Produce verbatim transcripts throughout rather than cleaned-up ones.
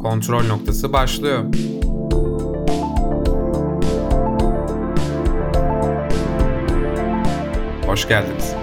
Kontrol noktası başlıyor. Hoş geldiniz.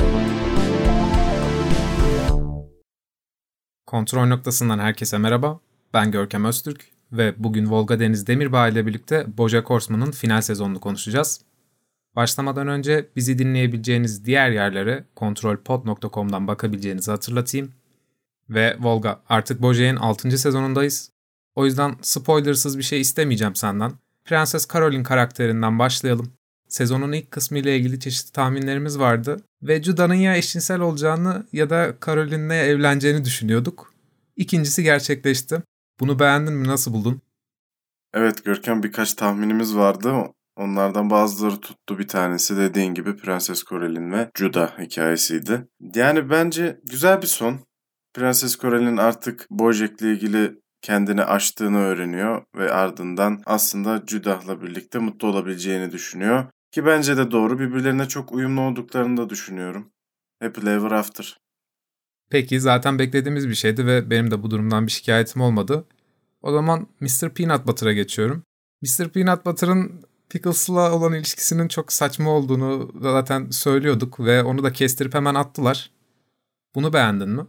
Kontrol noktasından herkese merhaba. Ben Görkem Öztürk ve bugün Volga Deniz Demirbağ ile birlikte BoJack Horseman'ın final sezonunu konuşacağız. Başlamadan önce bizi dinleyebileceğiniz diğer yerlere kontrol pod nokta com'dan bakabileceğinizi hatırlatayım. Ve Volga, artık BoJack'in altıncı sezonundayız. O yüzden spoilersız bir şey istemeyeceğim senden. Prenses Caroline karakterinden başlayalım. Sezonun ilk kısmı ile ilgili çeşitli tahminlerimiz vardı ve Judah'nın ya eşcinsel olacağını ya da Caroline'le evleneceğini düşünüyorduk. İkincisi gerçekleşti. Bunu beğendin mi? Nasıl buldun? Evet Görkem, birkaç tahminimiz vardı. Onlardan bazıları tuttu. Bir tanesi dediğin gibi Prenses Caroline ve Judah hikayesiydi. Yani bence güzel bir son. Prenses Caroline artık BoJack'le ilgili kendini aştığını öğreniyor ve ardından aslında Judah'la birlikte mutlu olabileceğini düşünüyor. Ki bence de doğru. Birbirlerine çok uyumlu olduklarını da düşünüyorum. Happily ever after. Peki, zaten beklediğimiz bir şeydi ve benim de bu durumdan bir şikayetim olmadı. O zaman mister Peanut Butter'a geçiyorum. mister Peanut Butter'ın Pickles'la olan ilişkisinin çok saçma olduğunu zaten söylüyorduk ve onu da kestirip hemen attılar. Bunu beğendin mi?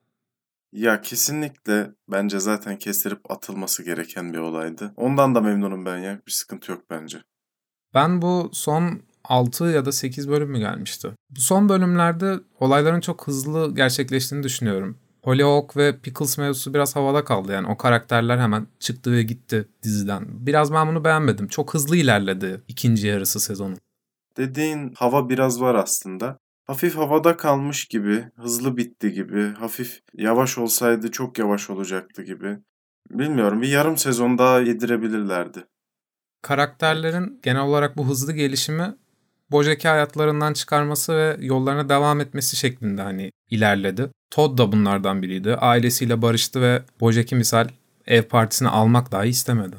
Ya kesinlikle bence zaten kestirip atılması gereken bir olaydı. Ondan da memnunum ben ya. Bir sıkıntı yok bence. Ben bu son altı ya da sekiz bölüm mü gelmişti? Bu son bölümlerde olayların çok hızlı gerçekleştiğini düşünüyorum. Hollyhock ve Pickles mevzusu biraz havada kaldı. Yani o karakterler hemen çıktı ve gitti diziden. Biraz ben bunu beğenmedim. Çok hızlı ilerledi ikinci yarısı sezonun. Dediğin hava biraz var aslında. Hafif havada kalmış gibi, hızlı bitti gibi, hafif yavaş olsaydı çok yavaş olacaktı gibi. Bilmiyorum, bir yarım sezon daha yedirebilirlerdi. Karakterlerin genel olarak bu hızlı gelişimi BoJack'i hayatlarından çıkarması ve yollarına devam etmesi şeklinde hani ilerledi. Todd da bunlardan biriydi. Ailesiyle barıştı ve BoJack'i misal ev partisine almak dahi istemedi.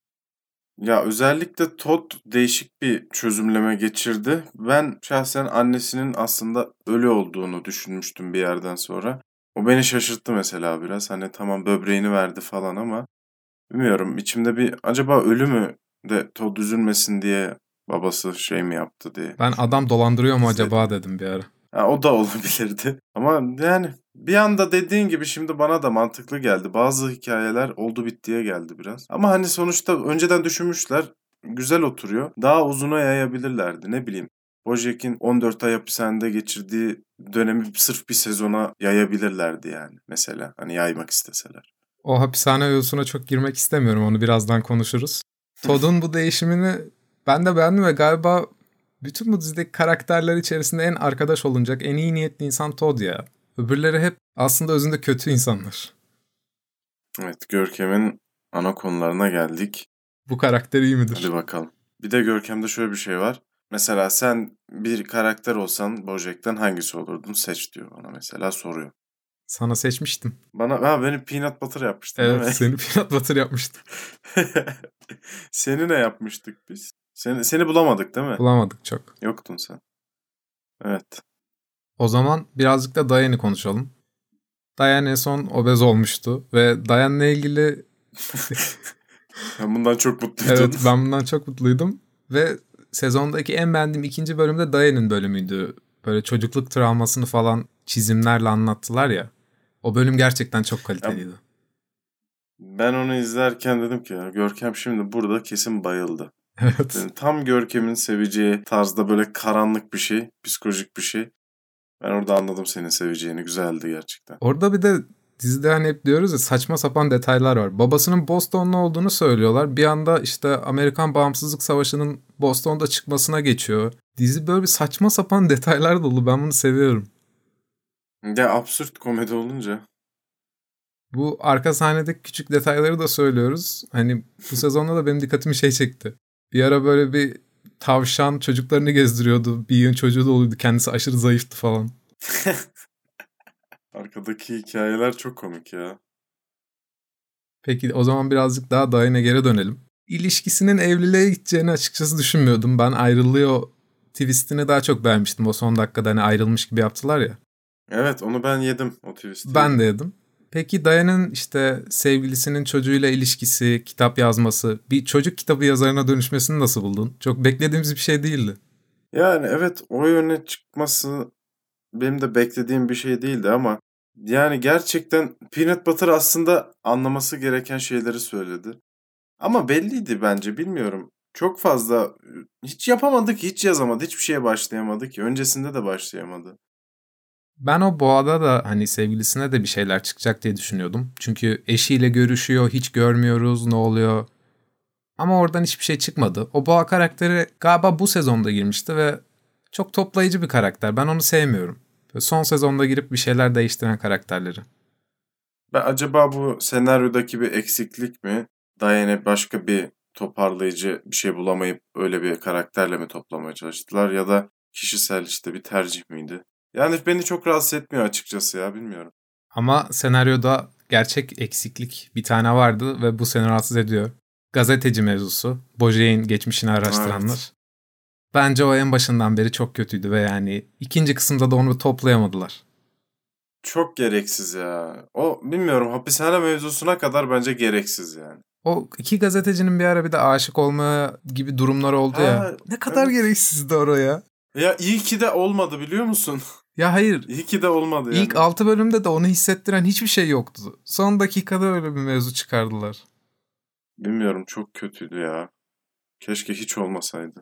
Ya özellikle Todd değişik bir çözümleme geçirdi. Ben şahsen annesinin aslında ölü olduğunu düşünmüştüm bir yerden sonra. O beni şaşırttı mesela biraz. Hani tamam böbreğini verdi falan ama bilmiyorum, içimde bir acaba ölü mü de Todd üzülmesin diye babası şey mi yaptı diye. Ben adam dolandırıyor mu İzledim. acaba dedim bir ara. Ha, o da olabilirdi. Ama yani bir anda dediğin gibi şimdi bana da mantıklı geldi. Bazı hikayeler oldu bittiye geldi biraz. Ama hani sonuçta önceden düşünmüşler. Güzel oturuyor. Daha uzuna yayabilirlerdi. Ne bileyim. BoJack'in on dört ay hapishanede geçirdiği dönemi sırf bir sezona yayabilirlerdi yani. Mesela hani yaymak isteseler. O hapishane mevzusuna çok girmek istemiyorum. Onu birazdan konuşuruz. Todd'un bu değişimini ben de beğendim ve galiba bütün bu dizideki karakterler içerisinde en arkadaş olunacak, en iyi niyetli insan Todd ya. Öbürleri hep aslında özünde kötü insanlar. Evet, Görkem'in ana konularına geldik. Bu karakter iyi midir? Hadi bakalım. Bir de Görkem'de şöyle bir şey var. Mesela sen bir karakter olsan BoJack'ten hangisi olurdun? Seç diyor bana mesela, soruyor. Sana seçmiştim. Bana ha, beni peanut butter yapmıştın Evet, değil mi? seni peanut butter yapmıştım. Seni ne yapmıştık biz? Seni, seni bulamadık değil mi? Bulamadık çok. Yoktun sen. Evet. O zaman birazcık da Diane'i konuşalım. Diane en son obez olmuştu ve Diane'le ilgili... Ben bundan çok mutluydum. Evet, ben bundan çok mutluydum. Ve sezondaki en beğendiğim ikinci bölümde Diane'in bölümüydü. Böyle çocukluk travmasını falan çizimlerle anlattılar ya. O bölüm gerçekten çok kaliteliydi. Ben onu izlerken dedim ki ya, Görkem şimdi burada kesin bayıldı. Evet. Yani tam Görkem'in seveceği tarzda böyle karanlık bir şey, psikolojik bir şey. Ben orada anladım senin seveceğini. Güzeldi gerçekten. Orada bir de dizide hani hep diyoruz ya, saçma sapan detaylar var. Babasının Bostonlu olduğunu söylüyorlar. Bir anda işte Amerikan Bağımsızlık Savaşı'nın Boston'da çıkmasına geçiyor. Dizi böyle bir saçma sapan detaylar dolu. Ben bunu seviyorum. Ya absürt komedi olunca. Bu arka sahnedeki küçük detayları da söylüyoruz. Hani bu sezonda da benim dikkatimi şey çekti. Bir ara böyle bir tavşan çocuklarını gezdiriyordu. Bir yığın çocuğu da oluyordu. Kendisi aşırı zayıftı falan. Arkadaki hikayeler çok komik ya. Peki o zaman birazcık daha Diane'e geri dönelim. İlişkisinin evliliğe gideceğini açıkçası düşünmüyordum. Ben ayrılıyor twistini daha çok beğenmiştim. O son dakikada hani ayrılmış gibi yaptılar ya. Evet, onu ben yedim, o twist'i. Ben de yedim. Peki Diane'ın işte sevgilisinin çocuğuyla ilişkisi, kitap yazması, bir çocuk kitabı yazarına dönüşmesini nasıl buldun? Çok beklediğimiz bir şey değildi. Yani evet, o yöne çıkması benim de beklediğim bir şey değildi ama yani gerçekten Peanut Butter aslında anlaması gereken şeyleri söyledi. Ama belliydi bence, bilmiyorum. Çok fazla hiç yapamadı ki, hiç yazamadı, hiçbir şeye başlayamadı ki. Öncesinde de başlayamadı. Ben o boğada da hani sevgilisine de bir şeyler çıkacak diye düşünüyordum. Çünkü eşiyle görüşüyor, hiç görmüyoruz ne oluyor. Ama oradan hiçbir şey çıkmadı. O boğa karakteri galiba bu sezonda girmişti ve çok toplayıcı bir karakter. Ben onu sevmiyorum. Son sezonda girip bir şeyler değiştiren karakterleri. Ben acaba bu senaryodaki bir eksiklik mi? Diane başka bir toparlayıcı bir şey bulamayıp öyle bir karakterle mi toplamaya çalıştılar? Ya da kişisel işte bir tercih miydi? Yani beni çok rahatsız etmiyor açıkçası ya, bilmiyorum. Ama senaryoda gerçek eksiklik bir tane vardı ve bu seni rahatsız ediyor. Gazeteci mevzusu. Bojack'in geçmişini araştıranlar. Evet. Bence o en başından beri çok kötüydü ve yani ikinci kısımda da onu toplayamadılar. Çok gereksiz ya. O bilmiyorum, hapishane mevzusuna kadar bence gereksiz yani. O iki gazetecinin bir ara bir de aşık olma gibi durumlar oldu ya. Ha, Ne kadar evet. gereksizdi oraya. Ya iyi ki de olmadı, biliyor musun? Ya hayır. İyi ki de olmadı yani. İlk altı bölümde de onu hissettiren hiçbir şey yoktu. Son dakikada öyle bir mevzu çıkardılar. Bilmiyorum, çok kötüydü ya. Keşke hiç olmasaydı.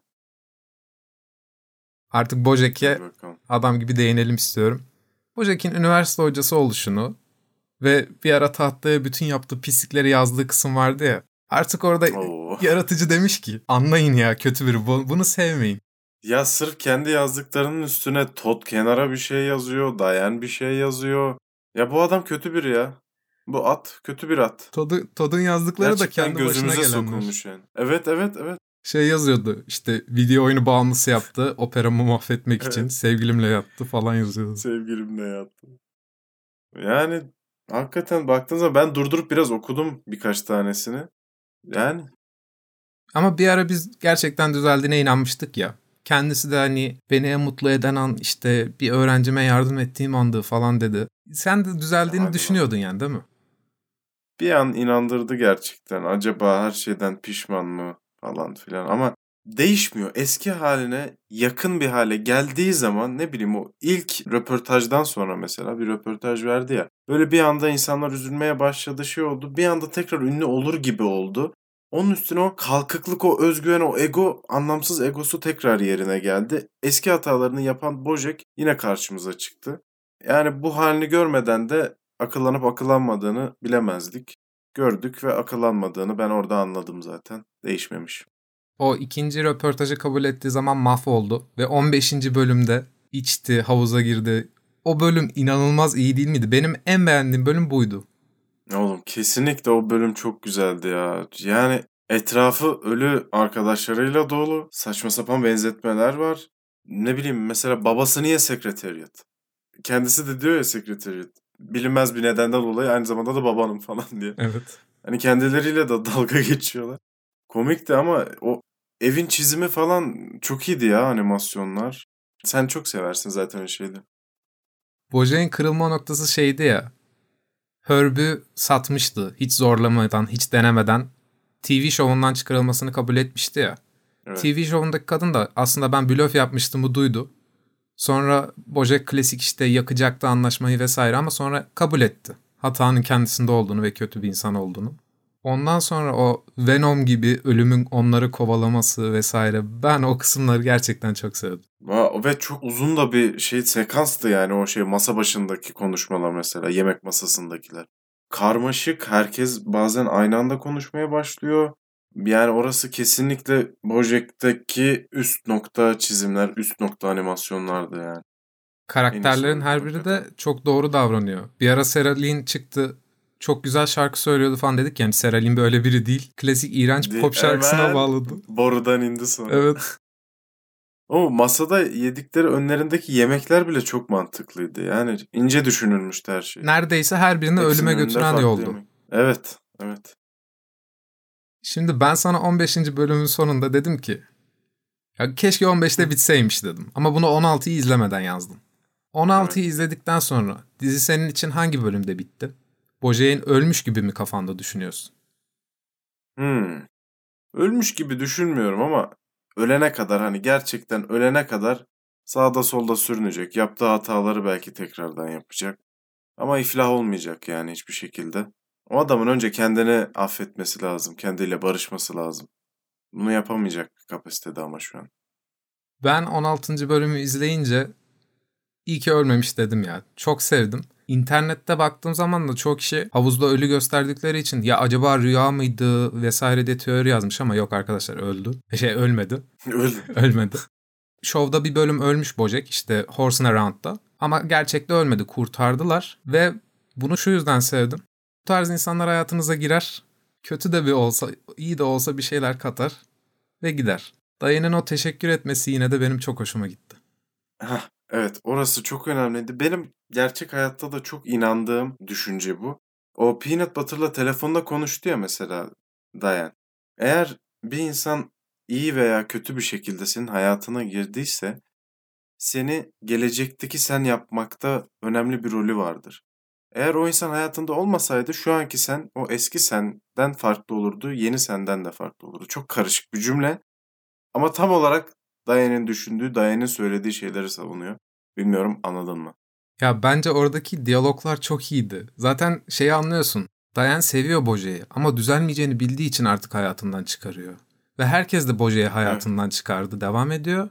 Artık Bojack'e Hadi bakalım. adam gibi değinelim istiyorum. Bojack'in üniversite hocası oluşunu ve bir ara tahtaya bütün yaptığı pislikleri yazdığı kısım vardı ya. Artık orada Oo. yaratıcı demiş ki anlayın ya, kötü biri, bu- bunu sevmeyin. Ya sırf kendi yazdıklarının üstüne Todd kenara bir şey yazıyor, Diane bir şey yazıyor. Ya bu adam kötü biri ya. Bu at kötü bir at. Todd, Todd'un yazdıkları Gerçekten da kendi başına gözümüze gelenler. sokulmuş yani. Evet evet evet. Şey yazıyordu işte, video oyunu bağımlısı yaptı, operamı mahvetmek için Evet. sevgilimle yattı falan yazıyordu. Sevgilimle yattım. Yani hakikaten baktığınız zaman ben durdurup biraz okudum birkaç tanesini. Yani Ama bir ara biz gerçekten düzeldiğine inanmıştık ya. Kendisi de hani beni en mutlu eden an işte bir öğrencime yardım ettiğim andı falan dedi. Sen de düzeldiğini hadi düşünüyordun yani, değil mi? bir an inandırdı gerçekten. Acaba her şeyden pişman mı falan filan, ama değişmiyor. Eski haline yakın bir hale geldiği zaman, ne bileyim, o ilk röportajdan sonra mesela bir röportaj verdi ya. Böyle bir anda insanlar üzülmeye başladı, şey oldu. Bir anda tekrar ünlü olur gibi oldu. Onun üstüne o kalkıklık, o özgüven, o ego, anlamsız egosu tekrar yerine geldi. Eski hatalarını yapan Bojack yine karşımıza çıktı. Yani bu halini görmeden de akıllanıp akıllanmadığını bilemezdik. Gördük ve akıllanmadığını ben orada anladım zaten. Değişmemiş. O ikinci röportajı kabul ettiği zaman mahvoldu ve on beşinci bölümde içti, havuza girdi. O bölüm inanılmaz iyi değil miydi? Benim en beğendiğim bölüm buydu. Oğlum kesinlikle o bölüm çok güzeldi ya. Yani etrafı ölü arkadaşlarıyla dolu. Saçma sapan benzetmeler var. Ne bileyim, mesela babası niye sekreteriyat? Kendisi de diyor ya sekreteriyat. Bilinmez bir nedenden dolayı aynı zamanda da babanım falan diye. Evet. Hani kendileriyle de dalga geçiyorlar. Komikti ama o evin çizimi falan çok iyiydi ya, animasyonlar. Sen çok seversin zaten o şeydi. Bojack'in kırılma noktası şeydi ya. Herb'ü satmıştı. Hiç zorlamadan, hiç denemeden T V şovundan çıkarılmasını kabul etmişti ya. Evet. T V şovundaki kadın da aslında ben blöf yapmıştımı duydu. Sonra Bojack klasik işte yakacaktı anlaşmayı vesaire ama sonra kabul etti. Hatanın kendisinde olduğunu ve kötü bir insan olduğunu. Ondan sonra o Venom gibi ölümün onları kovalaması vesaire, ben o kısımları gerçekten çok sevdim. Va- Ve çok uzun da bir şey sekanstı yani, o şey masa başındaki konuşmalar, mesela yemek masasındakiler. Karmaşık, herkes bazen aynı anda konuşmaya başlıyor. Yani orası kesinlikle Bojack'taki üst nokta çizimler, üst nokta animasyonlardı yani. Karakterlerin oydu her biri de hakikaten. çok doğru davranıyor. Bir ara Sarah Lynn çıktı. Çok güzel şarkı söylüyordu falan dedik. Yani Sarah Lynn böyle biri değil. Klasik iğrenç Di- pop şarkısına Hemen bağladı. borudan indi sonra. Evet. O masada yedikleri önlerindeki yemekler bile çok mantıklıydı. Yani ince düşünülmüştü her şey. Neredeyse her birini Hepsinin ölüme önünde götüren farklı yoldu. yemek. Evet, evet. Şimdi ben sana on beşinci bölümün sonunda dedim ki ya keşke on beşte bitseymiş dedim. Ama bunu on altıyı izlemeden yazdım. on altıyı Evet. izledikten sonra dizi senin için hangi bölümde bitti? Bojack'in ölmüş gibi mi kafanda düşünüyorsun? Hmm. Ölmüş gibi düşünmüyorum ama ölene kadar hani gerçekten ölene kadar sağda solda sürünecek. Yaptığı hataları belki tekrardan yapacak. Ama iflah olmayacak yani hiçbir şekilde. O adamın önce kendini affetmesi lazım. Kendiyle barışması lazım. Bunu yapamayacak bir kapasitede ama şu an. Ben on altıncı bölümü izleyince iyi ki ölmemiş dedim ya. Çok sevdim. İnternette baktığım zaman da çok kişi havuzda ölü gösterdikleri için ya acaba rüya mıydı vesaire diye teori yazmış ama yok arkadaşlar öldü. Şey ölmedi. Öldü. Ölmedi. Şovda bir bölüm ölmüş Bojack işte Horsing Around'da. Ama gerçekte ölmedi. Kurtardılar ve bunu şu yüzden sevdim. Bu tarz insanlar hayatınıza girer. Kötü de bir olsa, iyi de olsa bir şeyler katar ve gider. Dayının o teşekkür etmesi yine de benim çok hoşuma gitti. Hah, evet orası çok önemliydi. Benim gerçek hayatta da çok inandığım düşünce bu. O Peanut Butter'la telefonda konuştu ya mesela Diane. Eğer bir insan iyi veya kötü bir şekilde senin hayatına girdiyse seni gelecekteki sen yapmakta önemli bir rolü vardır. Eğer o insan hayatında olmasaydı şu anki sen o eski senden farklı olurdu, yeni senden de farklı olurdu. Çok karışık bir cümle ama tam olarak Diane'in düşündüğü, Diane'in söylediği şeyleri savunuyor. Bilmiyorum anladın mı? Ya bence oradaki diyaloglar çok iyiydi. Zaten şeyi anlıyorsun. Diane seviyor Bojack'i ama düzelmeyeceğini bildiği için artık hayatından çıkarıyor. Ve herkes de Bojack'i Evet. hayatından çıkardı, devam ediyor.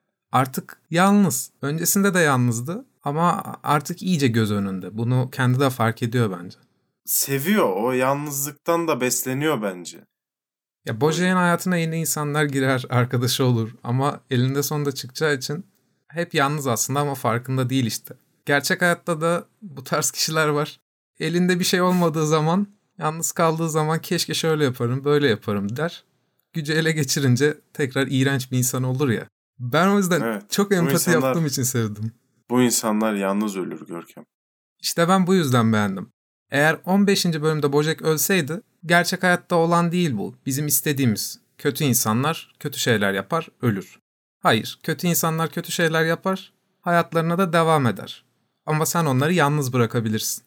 Artık yalnız. Öncesinde de yalnızdı ama artık iyice göz önünde. Bunu kendi de fark ediyor bence. Seviyor, o yalnızlıktan da besleniyor bence. Ya Bojack'in hayatına yeni insanlar girer, arkadaşı olur ama elinde sonunda çıkacağı için hep yalnız aslında ama farkında değil işte. Gerçek hayatta da bu tarz kişiler var. Elinde bir şey olmadığı zaman, yalnız kaldığı zaman keşke şöyle yaparım, böyle yaparım der. Gücü ele geçirince tekrar iğrenç bir insan olur ya. Ben o yüzden Evet. çok Bu empati insanlar, yaptığım için sevdim. bu insanlar yalnız ölür Görkem. İşte ben bu yüzden beğendim. Eğer on beşinci bölümde Bojack ölseydi, gerçek hayatta olan değil bu. Bizim istediğimiz. Kötü insanlar kötü şeyler yapar, ölür. Hayır, kötü insanlar kötü şeyler yapar, hayatlarına da devam eder. Ama sen onları yalnız bırakabilirsin.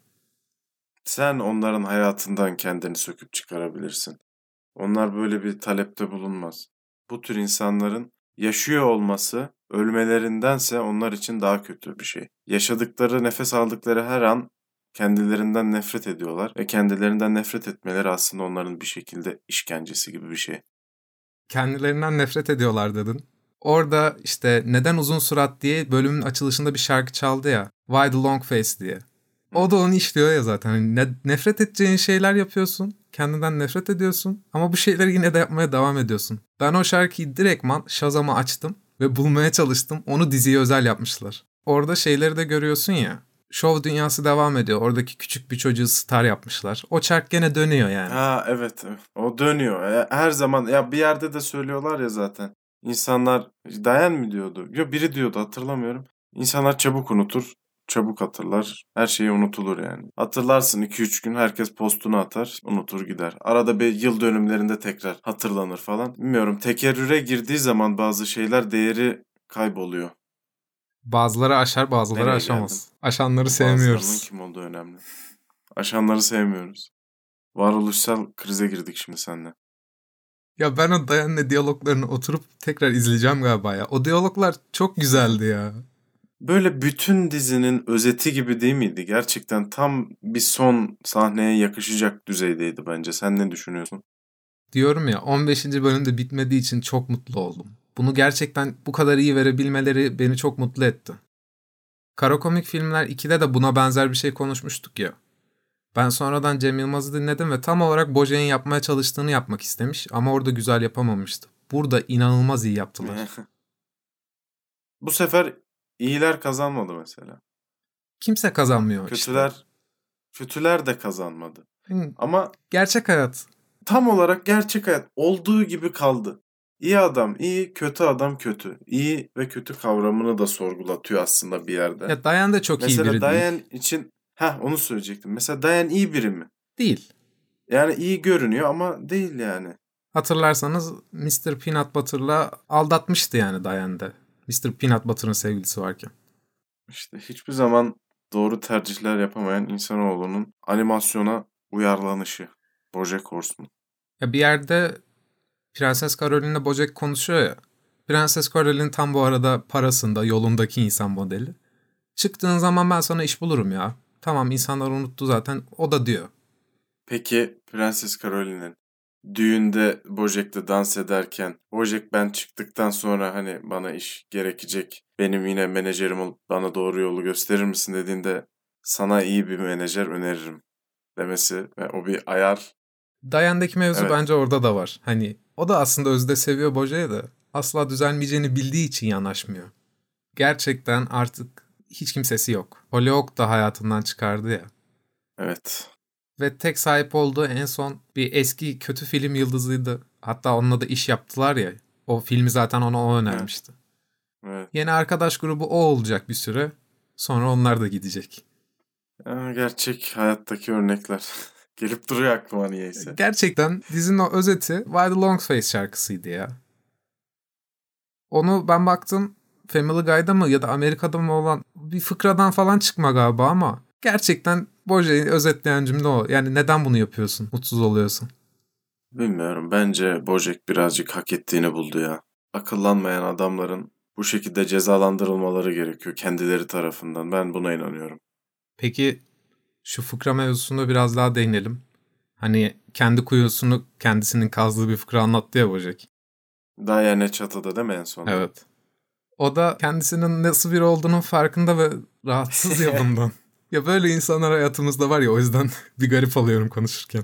Sen onların hayatından kendini söküp çıkarabilirsin. Onlar böyle bir talepte bulunmaz. Bu tür insanların yaşıyor olması ölmelerindense onlar için daha kötü bir şey. Yaşadıkları, nefes aldıkları her an kendilerinden nefret ediyorlar ve kendilerinden nefret etmeleri aslında onların bir şekilde işkencesi gibi bir şey. Kendilerinden nefret ediyorlar dedin. Orada işte neden uzun surat diye bölümün açılışında bir şarkı çaldı ya. Why the long face diye. O da onu işliyor ya zaten. Hani ne, nefret edeceğin şeyler yapıyorsun. Kendinden nefret ediyorsun. Ama bu şeyleri yine de yapmaya devam ediyorsun. Ben o şarkıyı direktman Shazam'a açtım. Ve bulmaya çalıştım. Onu diziye özel yapmışlar. Orada şeyleri de görüyorsun ya. Şov dünyası devam ediyor. Oradaki küçük bir çocuğu star yapmışlar. O çark gene dönüyor yani. Ha evet, evet. O dönüyor. E, Her zaman ya bir yerde de söylüyorlar ya zaten. İnsanlar Dayan mı diyordu? Yok biri diyordu hatırlamıyorum. İnsanlar çabuk unutur, çabuk hatırlar. Her şey unutulur yani. Hatırlarsın iki üç gün herkes postunu atar, unutur gider. Arada bir yıl dönümlerinde tekrar hatırlanır falan. Bilmiyorum tekerrüre girdiği zaman bazı şeyler değeri kayboluyor. Bazıları aşar, bazıları Nereye aşamaz. geldim? Aşanları Bazılarının sevmiyoruz. kim olduğu önemli. Aşanları sevmiyoruz. Varoluşsal krize girdik şimdi seninle. Ya ben o Diane'le diyaloglarını oturup tekrar izleyeceğim galiba ya. O diyaloglar çok güzeldi ya. Böyle bütün dizinin özeti gibi değil miydi? Gerçekten tam bir son sahneye yakışacak düzeydeydi bence. Sen ne düşünüyorsun? Diyorum ya on beşinci bölümde bitmediği için çok mutlu oldum. Bunu gerçekten bu kadar iyi verebilmeleri beni çok mutlu etti. Kara Komik Filmler ikide de buna benzer bir şey konuşmuştuk ya. Ben sonradan Cem Yılmaz'ı dinledim ve tam olarak Bojack'in yapmaya çalıştığını yapmak istemiş ama orada güzel yapamamıştı. Burada inanılmaz iyi yaptılar. Bu sefer iyiler kazanmadı mesela. Kimse kazanmıyor Kötüler, işte. kötüler de kazanmadı. Yani Ama gerçek hayat. tam olarak gerçek hayat olduğu gibi kaldı. İyi adam iyi, kötü adam kötü. İyi ve kötü kavramını da sorgulatıyor aslında bir yerde. Ya Diane de çok iyi Mesela biri Diane değil. için, ha onu söyleyecektim. Mesela Diane iyi biri mi? Değil. Yani iyi görünüyor ama değil yani. Hatırlarsanız mister Peanut Butter'la aldatmıştı yani Diane de. mister Peanut Butter'ın sevgilisi varken. İşte hiçbir zaman doğru tercihler yapamayan insanoğlunun animasyona uyarlanışı. BoJack Horseman. Ya bir yerde Prenses Caroline'le BoJack konuşuyor ya. Prenses Caroline tam bu arada parasında, yolundaki insan modeli. Çıktığın zaman ben sana iş bulurum ya. Tamam, insanlar unuttu zaten, o da diyor. Peki Prenses Caroline'in düğünde BoJack'le dans ederken BoJack ben çıktıktan sonra hani bana iş gerekecek, benim yine menajerim olup bana doğru yolu gösterir misin dediğinde sana iyi bir menajer öneririm demesi ve o bir ayar. Diane'deki mevzu Evet. bence orada da var. Hani o da aslında özde seviyor BoJack'ı da asla düzelmeyeceğini bildiği için yanaşmıyor. Gerçekten artık hiç kimsesi yok. Holyoke da hayatından çıkardı ya. Evet. Ve tek sahip olduğu en son bir eski kötü film yıldızıydı. Hatta onunla da iş yaptılar ya. O filmi zaten ona o önermişti. Evet. Evet. Yeni arkadaş grubu o olacak bir süre. Sonra onlar da gidecek. Aa, gerçek hayattaki örnekler. Gelip duruyor aklıma niyeyse. Gerçekten dizinin o özeti Why the Long Face şarkısıydı ya. Onu ben baktım Family Guy'da mı ya da Amerika'da mı olan bir fıkradan falan çıkma galiba ama gerçekten BoJack'i özetleyen cümle o. Yani neden bunu yapıyorsun? Mutsuz oluyorsun. Bilmiyorum. Bence BoJack birazcık hak ettiğini buldu ya. Akıllanmayan adamların bu şekilde cezalandırılmaları gerekiyor kendileri tarafından. Ben buna inanıyorum. Peki şu fıkra mevzusuna biraz daha değinelim. Hani kendi kuyusunu kendisinin kazdığı bir fıkra anlattı ya BoJack. Diane çatıda değil mi en sonunda? Evet. O da kendisinin nasıl biri olduğunun farkında ve rahatsız ya bundan. Ya böyle insanlar hayatımızda var ya, o yüzden bir garip oluyorum konuşurken.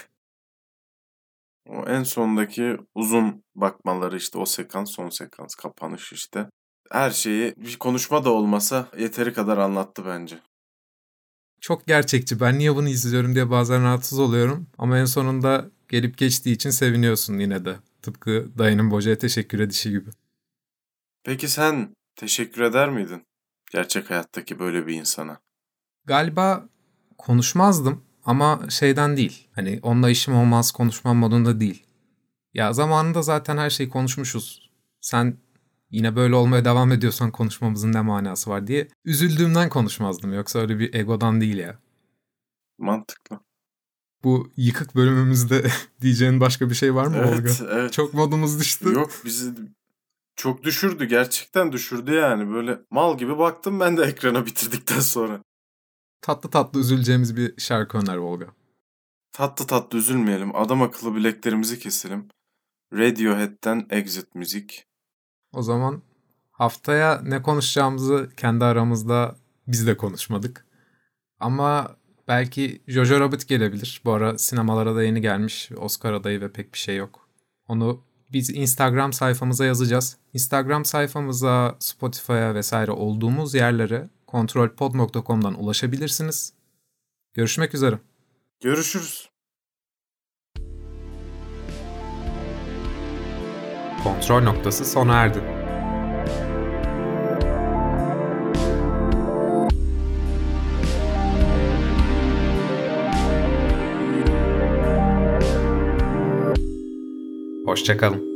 O en sondaki uzun bakmaları işte o sekans, son sekans, kapanış işte. Her şeyi bir konuşma da olmasa yeteri kadar anlattı bence. Çok gerçekçi. Ben niye bunu izliyorum diye bazen rahatsız oluyorum. Ama en sonunda gelip geçtiği için seviniyorsun yine de. Tıpkı dayının BoJack'e teşekkür edişi gibi. Peki sen teşekkür eder miydin gerçek hayattaki böyle bir insana? Galiba konuşmazdım ama şeyden değil. Hani onunla işim olmaz konuşmam modunda değil. Ya zamanında zaten her şeyi konuşmuşuz. Sen yine böyle olmaya devam ediyorsan konuşmamızın ne manası var diye üzüldüğümden konuşmazdım. Yoksa öyle bir egodan değil ya. Mantıklı. Bu yıkık bölümümüzde diyeceğin başka bir şey var mı Evet, Olga? evet. Çok modumuz düştü. Yok bizi çok düşürdü. Gerçekten düşürdü yani. Böyle mal gibi baktım ben de ekrana bitirdikten sonra. Tatlı tatlı üzüleceğimiz bir şarkı öner Olga. Tatlı tatlı üzülmeyelim. Adam akıllı bileklerimizi keselim. Radiohead'den Exit müzik. O zaman haftaya ne konuşacağımızı kendi aramızda biz de konuşmadık. Ama belki Jojo Rabbit gelebilir. Bu ara sinemalara da yeni gelmiş. Oscar adayı ve pek bir şey yok. Onu biz Instagram sayfamıza yazacağız. Instagram sayfamıza, Spotify'a vesaire olduğumuz yerlere kontrolpod nokta com'dan ulaşabilirsiniz. Görüşmek üzere. Görüşürüz. Kontrol noktası sona erdi. Hoşça kalın.